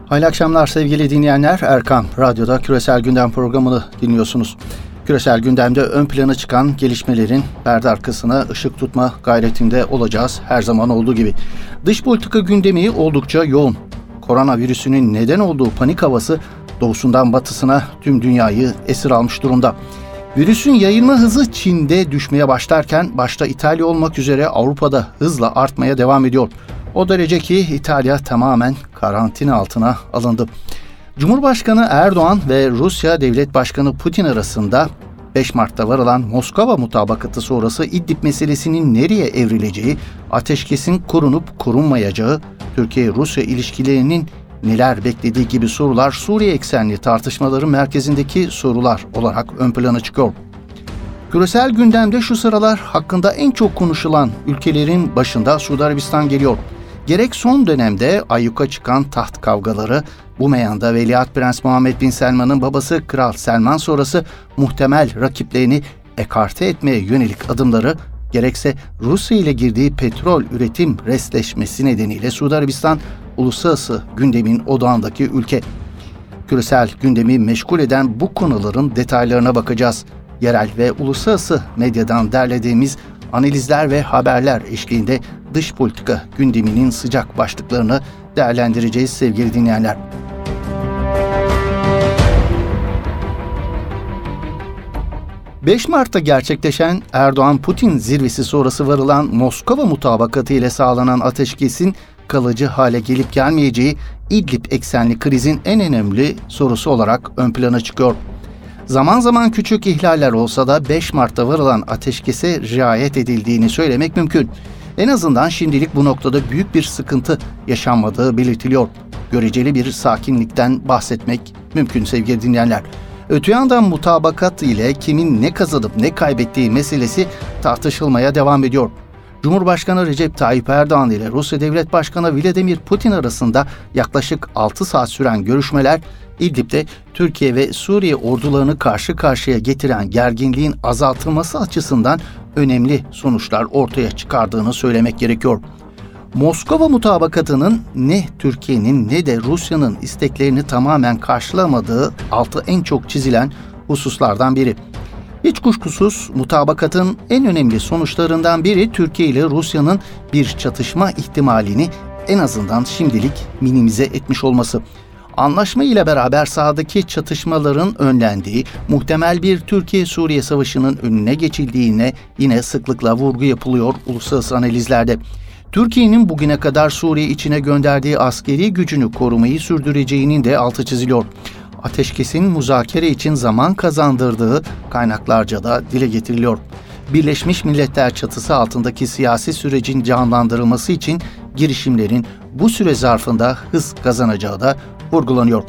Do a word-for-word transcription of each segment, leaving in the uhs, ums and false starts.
Hayırlı akşamlar sevgili dinleyenler. Erkam Radyo'da Küresel Gündem programını dinliyorsunuz. Küresel gündemde ön plana çıkan gelişmelerin perde arkasına ışık tutma gayretinde olacağız her zaman olduğu gibi. Dış politika gündemi oldukça yoğun. Koronavirüsünün neden olduğu panik havası doğusundan batısına tüm dünyayı esir almış durumda. Virüsün yayılma hızı Çin'de düşmeye başlarken başta İtalya olmak üzere Avrupa'da hızla artmaya devam ediyor. O derece ki İtalya tamamen karantina altına alındı. Cumhurbaşkanı Erdoğan ve Rusya Devlet Başkanı Putin arasında beş Mart'ta varılan Moskova mutabakatı sonrası İdlib meselesinin nereye evrileceği, ateşkesin korunup korunmayacağı, Türkiye-Rusya ilişkilerinin neler beklediği gibi sorular Suriye eksenli tartışmaların merkezindeki sorular olarak ön plana çıkıyor. Küresel gündemde şu sıralar hakkında en çok konuşulan ülkelerin başında Suudi Arabistan geliyor. Gerek son dönemde ayyuka çıkan taht kavgaları, bu meyanda Veliaht Prens Muhammed Bin Selman'ın babası Kral Selman sonrası muhtemel rakiplerini ekarte etmeye yönelik adımları, gerekse Rusya ile girdiği petrol üretim restleşmesi nedeniyle Suudi Arabistan uluslararası gündemin odağındaki ülke. Küresel gündemi meşgul eden bu konuların detaylarına bakacağız. Yerel ve uluslararası medyadan derlediğimiz analizler ve haberler eşliğinde dış politika gündeminin sıcak başlıklarını değerlendireceğiz sevgili dinleyenler. beş Mart'ta gerçekleşen Erdoğan-Putin zirvesi sonrası varılan Moskova mutabakatı ile sağlanan ateşkesin kalıcı hale gelip gelmeyeceği İdlib eksenli krizin en önemli sorusu olarak ön plana çıkıyor. Zaman zaman küçük ihlaller olsa da beş Mart'ta varılan ateşkese riayet edildiğini söylemek mümkün. En azından şimdilik bu noktada büyük bir sıkıntı yaşanmadığı belirtiliyor. Göreceli bir sakinlikten bahsetmek mümkün sevgili dinleyenler. Öte yandan mutabakat ile kimin ne kazanıp ne kaybettiği meselesi tartışılmaya devam ediyor. Cumhurbaşkanı Recep Tayyip Erdoğan ile Rusya Devlet Başkanı Vladimir Putin arasında yaklaşık altı saat süren görüşmeler, İdlib'de Türkiye ve Suriye ordularını karşı karşıya getiren gerginliğin azaltılması açısından önemli sonuçlar ortaya çıkardığını söylemek gerekiyor. Moskova mutabakatının ne Türkiye'nin ne de Rusya'nın isteklerini tamamen karşılamadığı altı en çok çizilen hususlardan biri. Hiç kuşkusuz mutabakatın en önemli sonuçlarından biri Türkiye ile Rusya'nın bir çatışma ihtimalini en azından şimdilik minimize etmiş olması. Anlaşma ile beraber sahadaki çatışmaların önlendiği, muhtemel bir Türkiye-Suriye savaşının önüne geçildiğine yine sıklıkla vurgu yapılıyor uluslararası analizlerde. Türkiye'nin bugüne kadar Suriye içine gönderdiği askeri gücünü korumayı sürdüreceğinin de altı çiziliyor. Ateşkesin müzakere için zaman kazandırdığı kaynaklarca da dile getiriliyor. Birleşmiş Milletler çatısı altındaki siyasi sürecin canlandırılması için girişimlerin bu süre zarfında hız kazanacağı da vurgulanıyor.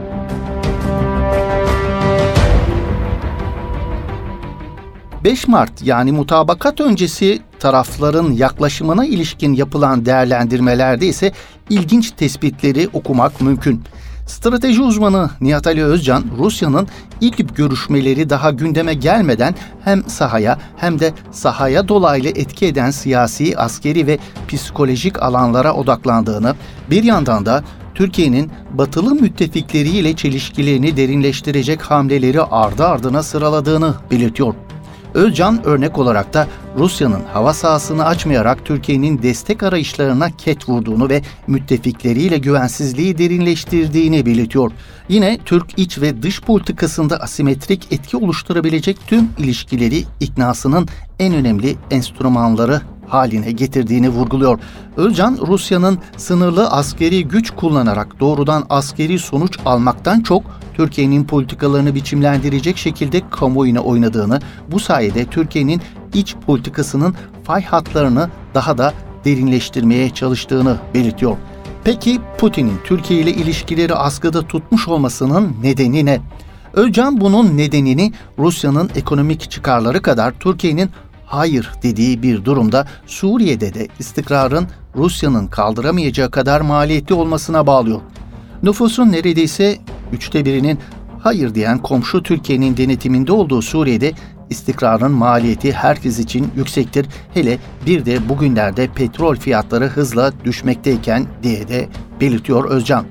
beş Mart yani mutabakat öncesi tarafların yaklaşımına ilişkin yapılan değerlendirmelerde ise ilginç tespitleri okumak mümkün. Strateji uzmanı Nihat Ali Özcan, Rusya'nın İdlib görüşmeleri daha gündeme gelmeden hem sahaya hem de sahaya dolaylı etki eden siyasi, askeri ve psikolojik alanlara odaklandığını, bir yandan da Türkiye'nin batılı müttefikleriyle çelişkilerini derinleştirecek hamleleri ardı ardına sıraladığını belirtiyor. Özcan örnek olarak da Rusya'nın hava sahasını açmayarak Türkiye'nin destek arayışlarına ket vurduğunu ve müttefikleriyle güvensizliği derinleştirdiğini belirtiyor. Yine Türk iç ve dış politikasında asimetrik etki oluşturabilecek tüm ilişkileri iknasının en önemli enstrümanları haline getirdiğini vurguluyor. Özcan, Rusya'nın sınırlı askeri güç kullanarak doğrudan askeri sonuç almaktan çok Türkiye'nin politikalarını biçimlendirecek şekilde kamuoyuna oynadığını, bu sayede Türkiye'nin iç politikasının fay hatlarını daha da derinleştirmeye çalıştığını belirtiyor. Peki Putin'in Türkiye ile ilişkileri askıda tutmuş olmasının nedeni ne? Özcan bunun nedenini Rusya'nın ekonomik çıkarları kadar Türkiye'nin hayır dediği bir durumda Suriye'de de istikrarın Rusya'nın kaldıramayacağı kadar maliyetli olmasına bağlıyor. Nüfusun neredeyse üçte birinin hayır diyen komşu Türkiye'nin denetiminde olduğu Suriye'de istikrarın maliyeti herkes için yüksektir. Hele bir de bugünlerde petrol fiyatları hızla düşmekteyken diye de belirtiyor Özcan.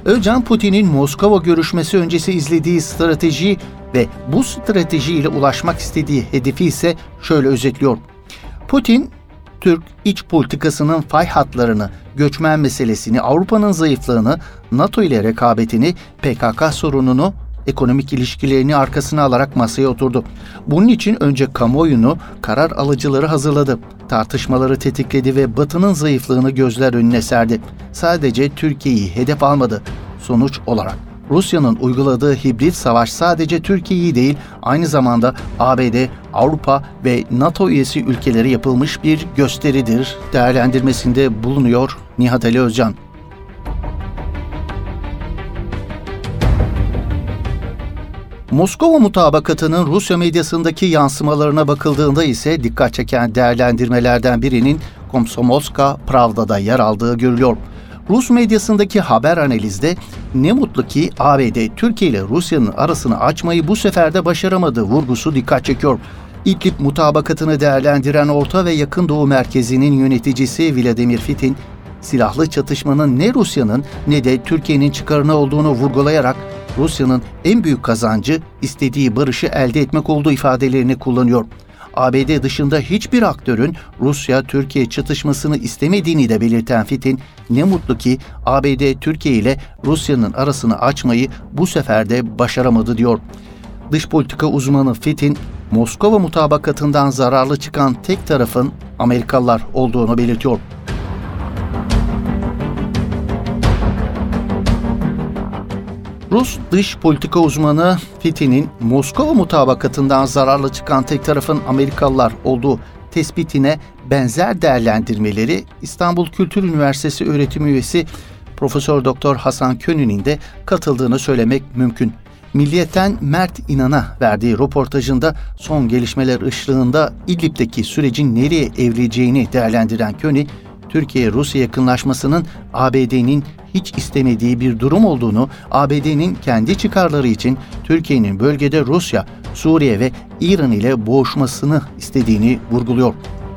Özcan, Putin'in Moskova görüşmesi öncesi izlediği strateji ve bu stratejiyle ulaşmak istediği hedefi ise şöyle özetliyor. Putin, Türk iç politikasının fay hatlarını, göçmen meselesini, Avrupa'nın zayıflığını, NATO ile rekabetini, P K K sorununu, ekonomik ilişkilerini arkasına alarak masaya oturdu. Bunun için önce kamuoyunu, karar alıcıları hazırladı. Tartışmaları tetikledi ve Batı'nın zayıflığını gözler önüne serdi. Sadece Türkiye'yi hedef almadı. Sonuç olarak Rusya'nın uyguladığı hibrit savaş sadece Türkiye'yi değil, aynı zamanda A B D, Avrupa ve NATO üyesi ülkelere yapılmış bir gösteridir değerlendirmesinde bulunuyor Nihat Ali Özcan. Moskova mutabakatının Rusya medyasındaki yansımalarına bakıldığında ise dikkat çeken değerlendirmelerden birinin Komsomolska Pravda'da yer aldığı görülüyor. Rus medyasındaki haber analizde ne mutlu ki A B D, Türkiye ile Rusya'nın arasını açmayı bu sefer de başaramadı vurgusu dikkat çekiyor. İdlib mutabakatını değerlendiren Orta ve Yakın Doğu Merkezi'nin yöneticisi Vladimir Putin, silahlı çatışmanın ne Rusya'nın ne de Türkiye'nin çıkarına olduğunu vurgulayarak Rusya'nın en büyük kazancı istediği barışı elde etmek olduğu ifadelerini kullanıyor. A B D dışında hiçbir aktörün Rusya-Türkiye çatışmasını istemediğini de belirten Putin, ne mutlu ki A B D Türkiye ile Rusya'nın arasını açmayı bu sefer de başaramadı diyor. Dış politika uzmanı Putin, Moskova mutabakatından zararlı çıkan tek tarafın Amerikalılar olduğunu belirtiyor. Rus dış politika uzmanı Putin'in Moskova mutabakatından zararlı çıkan tek tarafın Amerikalılar olduğu tespitine benzer değerlendirmeleri İstanbul Kültür Üniversitesi öğretim üyesi Profesör Doktor Hasan Könü'nün de katıldığını söylemek mümkün. Milliyet'ten Mert İnan'a verdiği röportajında son gelişmeler ışığında İdlib'deki sürecin nereye evrileceğini değerlendiren Könü, Türkiye-Rusya yakınlaşmasının A B D'nin hiç istemediği bir durum olduğunu, A B D'nin kendi çıkarları için Türkiye'nin bölgede Rusya, Suriye ve İran ile boğuşmasını istediğini vurguluyor.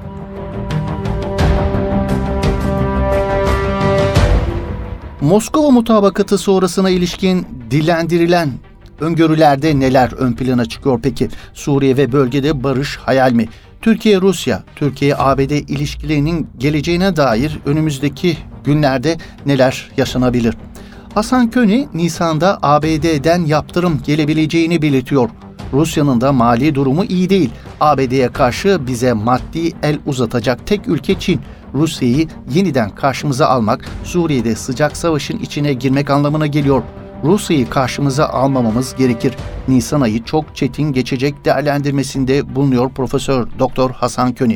Moskova mutabakatı sonrasına ilişkin dillendirilen öngörülerde neler ön plana çıkıyor peki? Suriye ve bölgede barış hayal mi? Türkiye-Rusya, Türkiye-A B D ilişkilerinin geleceğine dair önümüzdeki günlerde neler yaşanabilir? Hasan Könü, Nisan'da A B D'den yaptırım gelebileceğini belirtiyor. Rusya'nın da mali durumu iyi değil. A B D'ye karşı bize maddi el uzatacak tek ülke Çin. Rusya'yı yeniden karşımıza almak, Suriye'de sıcak savaşın içine girmek anlamına geliyor. Rusya'yı karşımıza almamamız gerekir. Nisan ayı çok çetin geçecek değerlendirmesinde bulunuyor Profesör Doktor Hasan Könü.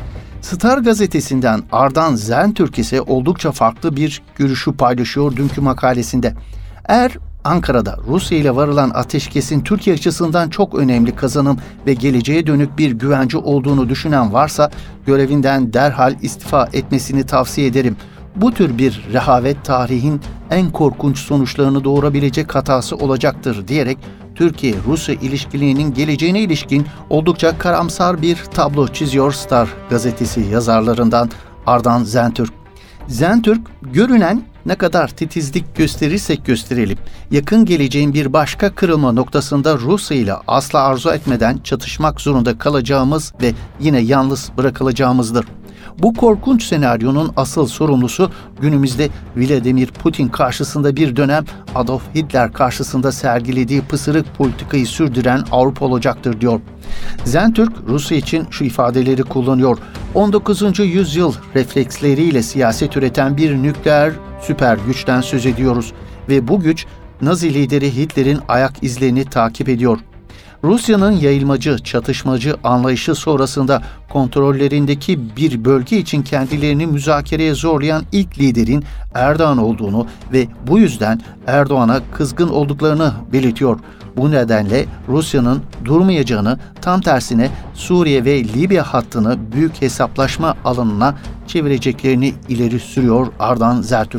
Star gazetesinden Ardan Zentürk ise oldukça farklı bir görüşü paylaşıyor dünkü makalesinde. Eğer Ankara'da Rusya ile varılan ateşkesin Türkiye açısından çok önemli kazanım ve geleceğe dönük bir güvence olduğunu düşünen varsa görevinden derhal istifa etmesini tavsiye ederim. Bu tür bir rehavet tarihin en korkunç sonuçlarını doğurabilecek hatası olacaktır diyerek Türkiye-Rusya ilişkilerinin geleceğine ilişkin oldukça karamsar bir tablo çiziyor Star gazetesi yazarlarından Ardan Zentürk. Zentürk, görünen ne kadar titizlik gösterirsek gösterelim, yakın geleceğin bir başka kırılma noktasında Rusya ile asla arzu etmeden çatışmak zorunda kalacağımız ve yine yalnız bırakılacağımızdır. Bu korkunç senaryonun asıl sorumlusu günümüzde Vladimir Putin karşısında bir dönem Adolf Hitler karşısında sergilediği pısırık politikayı sürdüren Avrupa olacaktır diyor. Zentürk, Rusya için şu ifadeleri kullanıyor. on dokuzuncu yüzyıl refleksleriyle siyaset üreten bir nükleer süper güçten söz ediyoruz ve bu güç Nazi lideri Hitler'in ayak izlerini takip ediyor. Rusya'nın yayılmacı, çatışmacı anlayışı sonrasında kontrollerindeki bir bölge için kendilerini müzakereye zorlayan ilk liderin Erdoğan olduğunu ve bu yüzden Erdoğan'a kızgın olduklarını belirtiyor. Bu nedenle Rusya'nın durmayacağını, tam tersine Suriye ve Libya hattını büyük hesaplaşma alanına çevireceklerini ileri sürüyor Ardan Zertürk.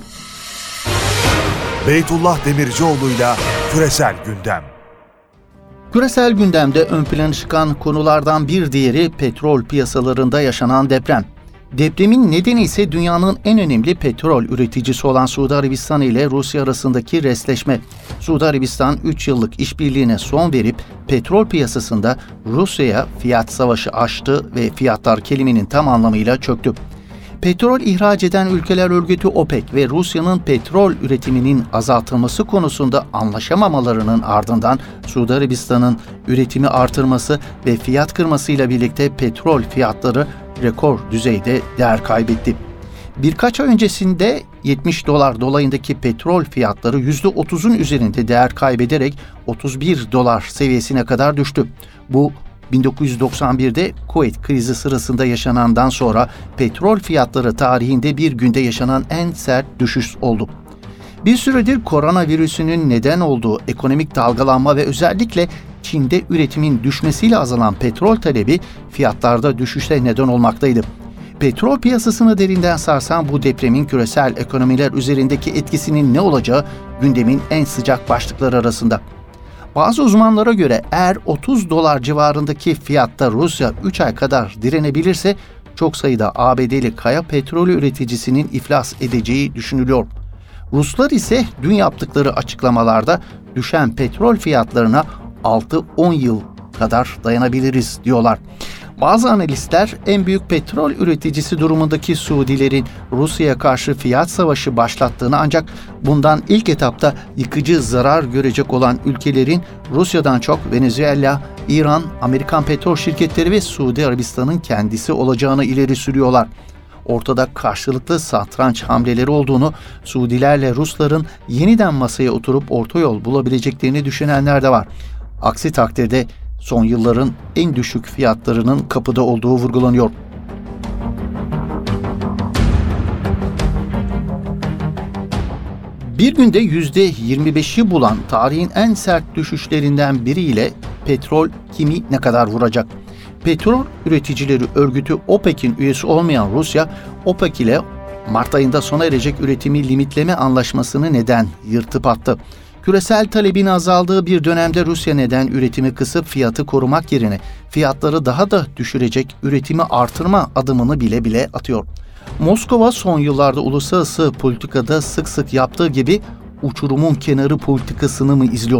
Beytullah Demircioğlu'yla Küresel Gündem. Küresel gündemde ön plana çıkan konulardan bir diğeri petrol piyasalarında yaşanan deprem. Depremin nedeni ise dünyanın en önemli petrol üreticisi olan Suudi Arabistan ile Rusya arasındaki resleşme. Suudi Arabistan üç yıllık işbirliğine son verip petrol piyasasında Rusya'ya fiyat savaşı açtı ve fiyatlar kelimenin tam anlamıyla çöktü. Petrol ihraç eden ülkeler örgütü OPEC ve Rusya'nın petrol üretiminin azaltılması konusunda anlaşamamalarının ardından Suudi Arabistan'ın üretimi artırması ve fiyat kırmasıyla birlikte petrol fiyatları rekor düzeyde değer kaybetti. Birkaç ay öncesinde yetmiş dolar dolayındaki petrol fiyatları yüzde otuzun üzerinde değer kaybederek otuz bir dolar seviyesine kadar düştü. Bu bin dokuz yüz doksan birde Kuveyt krizi sırasında yaşanandan sonra petrol fiyatları tarihinde bir günde yaşanan en sert düşüş oldu. Bir süredir koronavirüsünün neden olduğu ekonomik dalgalanma ve özellikle Çin'de üretimin düşmesiyle azalan petrol talebi fiyatlarda düşüşe neden olmaktaydı. Petrol piyasasını derinden sarsan bu depremin küresel ekonomiler üzerindeki etkisinin ne olacağı gündemin en sıcak başlıkları arasında. Bazı uzmanlara göre eğer otuz dolar civarındaki fiyatta Rusya üç ay kadar direnebilirse çok sayıda A B D'li kaya petrolü üreticisinin iflas edeceği düşünülüyor. Ruslar ise dün yaptıkları açıklamalarda düşen petrol fiyatlarına altı on yıl kadar dayanabiliriz diyorlar. Bazı analistler en büyük petrol üreticisi durumundaki Suudilerin Rusya'ya karşı fiyat savaşı başlattığını ancak bundan ilk etapta yıkıcı zarar görecek olan ülkelerin Rusya'dan çok Venezuela, İran, Amerikan petrol şirketleri ve Suudi Arabistan'ın kendisi olacağını ileri sürüyorlar. Ortada karşılıklı satranç hamleleri olduğunu, Suudilerle Rusların yeniden masaya oturup orta yol bulabileceklerini düşünenler de var. Aksi takdirde son yılların en düşük fiyatlarının kapıda olduğu vurgulanıyor. Bir günde yüzde yirmi beşi bulan tarihin en sert düşüşlerinden biriyle petrol kimi ne kadar vuracak? Petrol Üreticileri Örgütü OPEC'in üyesi olmayan Rusya, OPEC ile Mart ayında sona erecek üretimi limitleme anlaşmasını neden yırtıp attı? Küresel talebin azaldığı bir dönemde Rusya neden üretimi kısıp fiyatı korumak yerine fiyatları daha da düşürecek üretimi artırma adımını bile bile atıyor? Moskova son yıllarda uluslararası politikada sık sık yaptığı gibi uçurumun kenarı politikasını mı izliyor?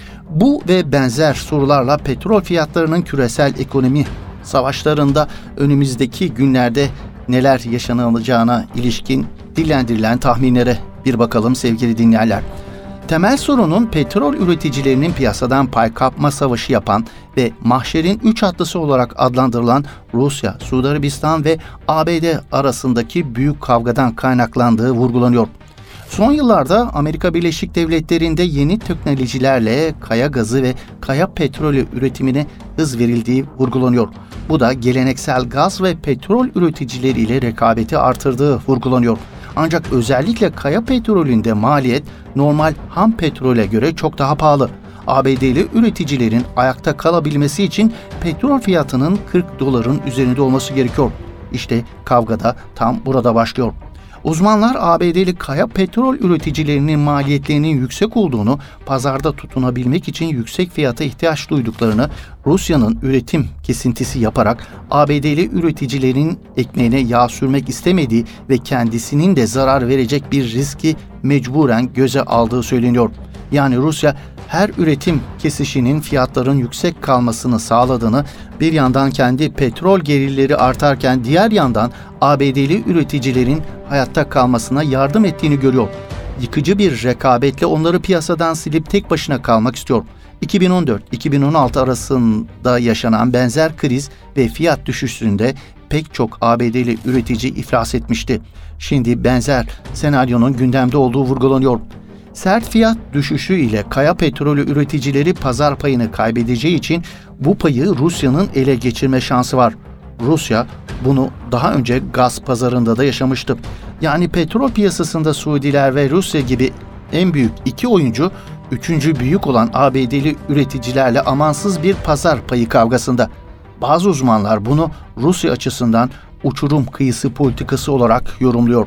Bu ve benzer sorularla petrol fiyatlarının küresel ekonomi savaşlarında önümüzdeki günlerde neler yaşanacağına ilişkin dillendirilen tahminlere bir bakalım sevgili dinleyenler. Temel sorunun petrol üreticilerinin piyasadan pay kapma savaşı yapan ve mahşerin üç atlısı olarak adlandırılan Rusya, Suudi Arabistan ve A B D arasındaki büyük kavgadan kaynaklandığı vurgulanıyor. Son yıllarda Amerika Birleşik Devletleri'nde yeni teknolojilerle kaya gazı ve kaya petrolü üretimine hız verildiği vurgulanıyor. Bu da geleneksel gaz ve petrol üreticileriyle rekabeti artırdığı vurgulanıyor. Ancak özellikle kaya petrolünde maliyet normal ham petrole göre çok daha pahalı. A B D'li üreticilerin ayakta kalabilmesi için petrol fiyatının kırk doların üzerinde olması gerekiyor. İşte kavga da tam burada başlıyor. Uzmanlar A B D'li kaya petrol üreticilerinin maliyetlerinin yüksek olduğunu, pazarda tutunabilmek için yüksek fiyata ihtiyaç duyduklarını, Rusya'nın üretim kesintisi yaparak A B D'li üreticilerin ekmeğine yağ sürmek istemediği ve kendisinin de zarar verecek bir riski mecburen göze aldığı söyleniyor. Yani Rusya her üretim kesişinin fiyatların yüksek kalmasını sağladığını, bir yandan kendi petrol gelirleri artarken diğer yandan A B D'li üreticilerin hayatta kalmasına yardım ettiğini görüyor. Yıkıcı bir rekabetle onları piyasadan silip tek başına kalmak istiyor. iki bin on dört iki bin on altı arasında yaşanan benzer kriz ve fiyat düşüşünde pek çok A B D'li üretici iflas etmişti. Şimdi benzer senaryonun gündemde olduğu vurgulanıyor. Sert fiyat düşüşü ile kaya petrolü üreticileri pazar payını kaybedeceği için bu payı Rusya'nın ele geçirme şansı var. Rusya bunu daha önce gaz pazarında da yaşamıştı. Yani petrol piyasasında Suudiler ve Rusya gibi en büyük iki oyuncu, üçüncü büyük olan A B D'li üreticilerle amansız bir pazar payı kavgasında. Bazı uzmanlar bunu Rusya açısından uçurum kıyısı politikası olarak yorumluyor.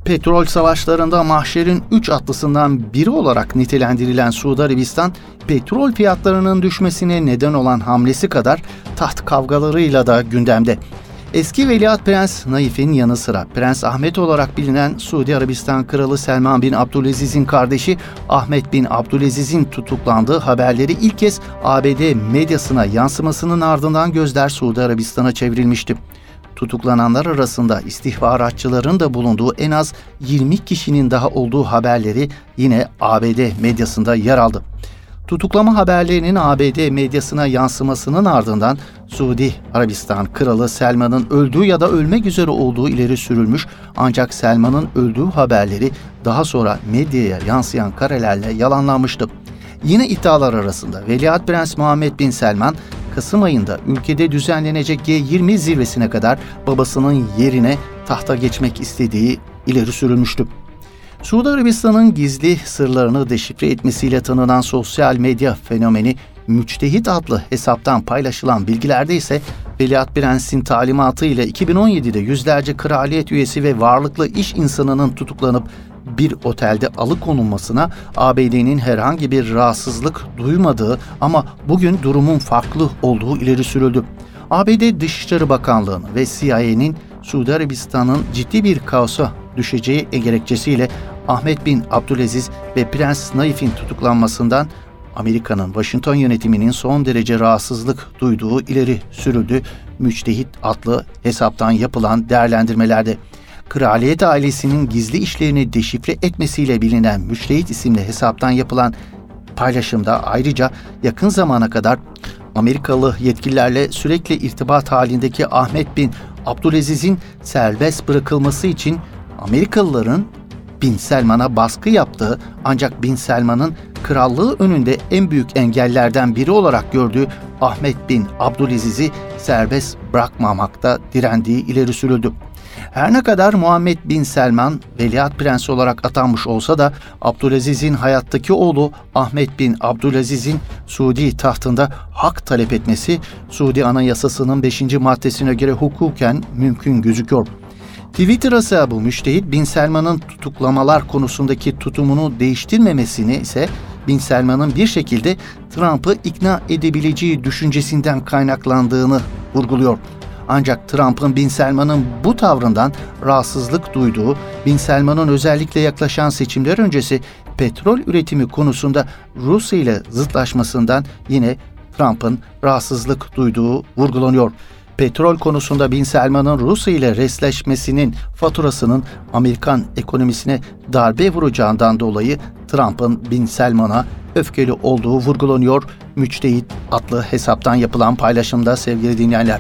Petrol savaşlarında mahşerin üç atlısından biri olarak nitelendirilen Suudi Arabistan, petrol fiyatlarının düşmesine neden olan hamlesi kadar taht kavgalarıyla da gündemde. Eski Veliaht Prens Naif'in yanı sıra Prens Ahmet olarak bilinen Suudi Arabistan Kralı Selman bin Abdülaziz'in kardeşi Ahmet bin Abdülaziz'in tutuklandığı haberleri ilk kez A B D medyasına yansımasının ardından gözler Suudi Arabistan'a çevrilmişti. Tutuklananlar arasında istihbaratçıların da bulunduğu en az yirmi kişinin daha olduğu haberleri yine A B D medyasında yer aldı. Tutuklama haberlerinin A B D medyasına yansımasının ardından Suudi Arabistan Kralı Selman'ın öldüğü ya da ölmek üzere olduğu ileri sürülmüş, ancak Selman'ın öldüğü haberleri daha sonra medyaya yansıyan karelerle yalanlanmıştı. Yine iddialar arasında Veliaht Prens Muhammed bin Selman, Kasım ayında ülkede düzenlenecek G yirmi zirvesine kadar babasının yerine tahta geçmek istediği ileri sürülmüştü. Suudi Arabistan'ın gizli sırlarını deşifre etmesiyle tanınan sosyal medya fenomeni Müçtehit adlı hesaptan paylaşılan bilgilerde ise Veliaht Prens'in talimatı ile iki bin on yedide yüzlerce kraliyet üyesi ve varlıklı iş insanının tutuklanıp bir otelde alıkonulmasına A B D'nin herhangi bir rahatsızlık duymadığı ama bugün durumun farklı olduğu ileri sürüldü. A B D Dışişleri Bakanlığı'nın ve C I A'nin Suudi Arabistan'ın ciddi bir kaosa düşeceği gerekçesiyle Ahmet bin Abdülaziz ve Prens Naif'in tutuklanmasından Amerika'nın Washington yönetiminin son derece rahatsızlık duyduğu ileri sürüldü. Müçtehit adlı hesaptan yapılan değerlendirmelerde kraliyet ailesinin gizli işlerini deşifre etmesiyle bilinen Müçtehit isimli hesaptan yapılan paylaşımda ayrıca yakın zamana kadar Amerikalı yetkililerle sürekli irtibat halindeki Ahmet bin Abdülaziz'in serbest bırakılması için Amerikalıların Bin Selman'a baskı yaptığı, ancak Bin Selman'ın krallığı önünde en büyük engellerden biri olarak gördüğü Ahmet bin Abdülaziz'i serbest bırakmamakta direndiği ileri sürüldü. Her ne kadar Muhammed bin Selman Veliaht Prensi olarak atanmış olsa da Abdülaziz'in hayattaki oğlu Ahmet bin Abdülaziz'in Suudi tahtında hak talep etmesi Suudi Anayasası'nın beşinci maddesine göre hukuken mümkün gözüküyor. Twitter hesabı Müçtehit Bin Selman'ın tutuklamalar konusundaki tutumunu değiştirmemesini ise Bin Selman'ın bir şekilde Trump'ı ikna edebileceği düşüncesinden kaynaklandığını vurguluyor. Ancak Trump'ın Bin Selman'ın bu tavrından rahatsızlık duyduğu, Bin Selman'ın özellikle yaklaşan seçimler öncesi petrol üretimi konusunda Rusya ile zıtlaşmasından yine Trump'ın rahatsızlık duyduğu vurgulanıyor. Petrol konusunda Bin Selman'ın Rusya ile resleşmesinin faturasının Amerikan ekonomisine darbe vuracağından dolayı Trump'ın Bin Selman'a öfkeli olduğu vurgulanıyor. Müçtehit adlı hesaptan yapılan paylaşımda sevgili dinleyenler.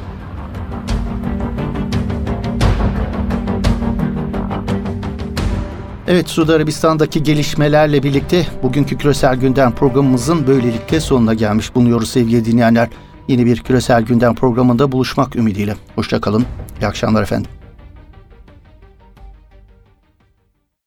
Evet, Suudi Arabistan'daki gelişmelerle birlikte bugünkü Küresel Gündem programımızın böylelikle sonuna gelmiş bulunuyoruz sevgili dinleyenler. Yeni bir Küresel Gündem programında buluşmak ümidiyle. Hoşça kalın. İyi akşamlar efendim.